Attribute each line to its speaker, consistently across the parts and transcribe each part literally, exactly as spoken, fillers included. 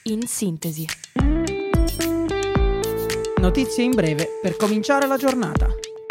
Speaker 1: in sintesi.
Speaker 2: Notizie in breve per cominciare la giornata.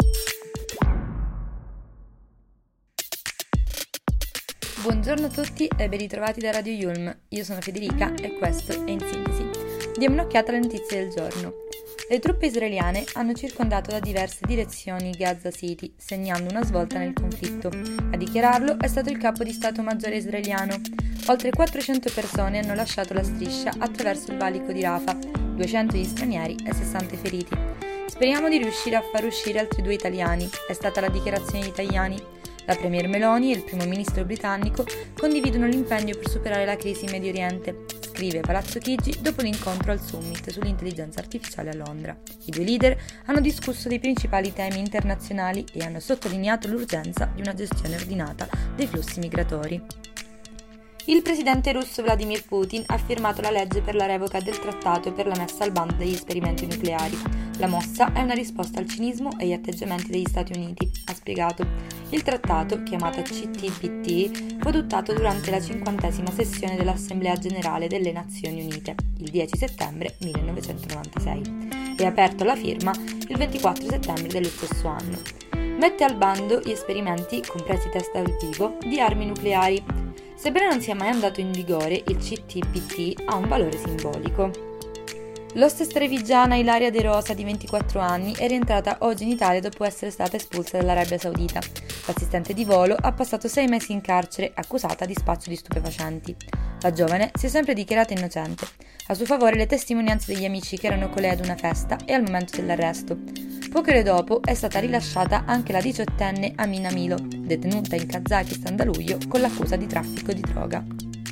Speaker 3: Buongiorno a tutti e ben ritrovati da Radio Yulm. Io sono Federica e questo è In Sintesi. Diamo un'occhiata alle notizie del giorno. Le truppe israeliane hanno circondato da diverse direzioni Gaza City, segnando una svolta nel conflitto. A dichiararlo è stato il capo di Stato Maggiore israeliano. Oltre quattrocento persone hanno lasciato la striscia attraverso il valico di Rafah, duecento gli stranieri e sessanta feriti. Speriamo di riuscire a far uscire altri due italiani, è stata la dichiarazione di Tajani. La premier Meloni e il primo ministro britannico condividono l'impegno per superare la crisi in Medio Oriente, scrive Palazzo Chigi dopo l'incontro al summit sull'intelligenza artificiale a Londra. I due leader hanno discusso dei principali temi internazionali e hanno sottolineato l'urgenza di una gestione ordinata dei flussi migratori. Il presidente russo Vladimir Putin ha firmato la legge per la revoca del trattato per la messa al bando degli esperimenti nucleari. La mossa è una risposta al cinismo e agli atteggiamenti degli Stati Uniti, ha spiegato. Il trattato, chiamato C T B T, fu adottato durante la cinquantesima sessione dell'Assemblea Generale delle Nazioni Unite, il dieci settembre millenovecentonovantasei, e aperto alla firma il ventiquattro settembre dello stesso anno. Mette al bando gli esperimenti, compresi i test dal vivo, di armi nucleari. Sebbene non sia mai andato in vigore, il C T B T ha un valore simbolico. L'hostess trevigiana Ilaria De Rosa, di ventiquattro anni, è rientrata oggi in Italia dopo essere stata espulsa dall'Arabia Saudita. L'assistente di volo ha passato sei mesi in carcere accusata di spaccio di stupefacenti. La giovane si è sempre dichiarata innocente. A suo favore le testimonianze degli amici che erano con lei ad una festa e al momento dell'arresto. Poche ore dopo è stata rilasciata anche la diciottenne Amina Milo, detenuta in Kazakistan da luglio con l'accusa di traffico di droga.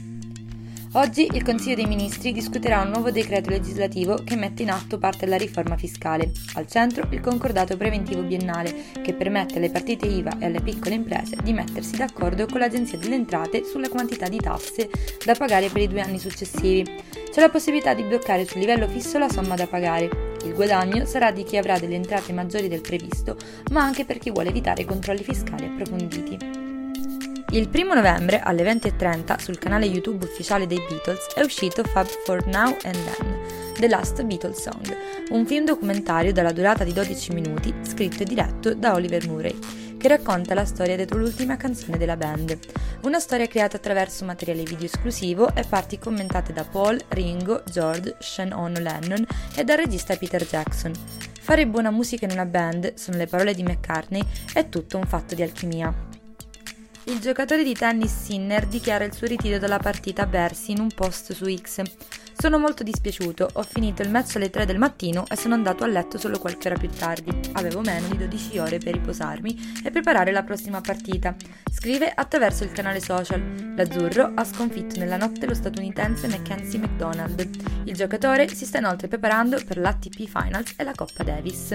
Speaker 3: Oggi il Consiglio dei Ministri discuterà un nuovo decreto legislativo che mette in atto parte della riforma fiscale. Al centro il concordato preventivo biennale, che permette alle partite I V A e alle piccole imprese di mettersi d'accordo con l'Agenzia delle Entrate sulla quantità di tasse da pagare per i due anni successivi. C'è la possibilità di bloccare sul livello fisso la somma da pagare. Il guadagno sarà di chi avrà delle entrate maggiori del previsto, ma anche per chi vuole evitare controlli fiscali approfonditi. Il primo novembre alle venti e trenta sul canale YouTube ufficiale dei Beatles è uscito Fab for Now and Then, The Last Beatles Song, un film documentario dalla durata di dodici minuti, scritto e diretto da Oliver Murray, che racconta la storia dietro l'ultima canzone della band. Una storia creata attraverso materiale video esclusivo e parti commentate da Paul, Ringo, George, Sean Ono Lennon e dal regista Peter Jackson. Fare buona musica in una band, sono le parole di McCartney, è tutto un fatto di alchimia. Il giocatore di tennis Sinner dichiara il suo ritiro dalla partita a Bercy in un post su X. Sono molto dispiaciuto, ho finito il match alle tre del mattino e sono andato a letto solo qualche ora più tardi. Avevo meno di dodici ore per riposarmi e preparare la prossima partita. Scrive attraverso il canale social. L'azzurro ha sconfitto nella notte lo statunitense Mackenzie McDonald. Il giocatore si sta inoltre preparando per l'A T P Finals e la Coppa Davis.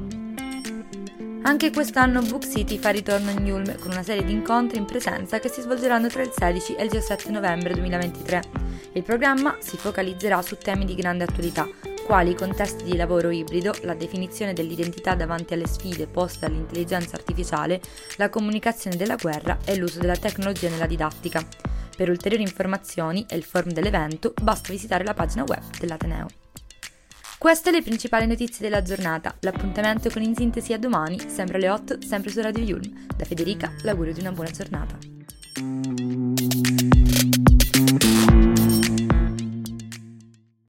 Speaker 3: Anche quest'anno Book City fa ritorno in Yulm con una serie di incontri in presenza che si svolgeranno tra il sedici e il diciassette novembre duemilaventitré. Il programma si focalizzerà su temi di grande attualità, quali i contesti di lavoro ibrido, la definizione dell'identità davanti alle sfide poste dall'intelligenza artificiale, la comunicazione della guerra e l'uso della tecnologia nella didattica. Per ulteriori informazioni e il forum dell'evento basta visitare la pagina web dell'Ateneo. Queste le principali notizie della giornata. L'appuntamento con In Sintesi a domani, sempre alle otto, sempre su Radio Yulm. Da Federica, l'augurio di una buona giornata.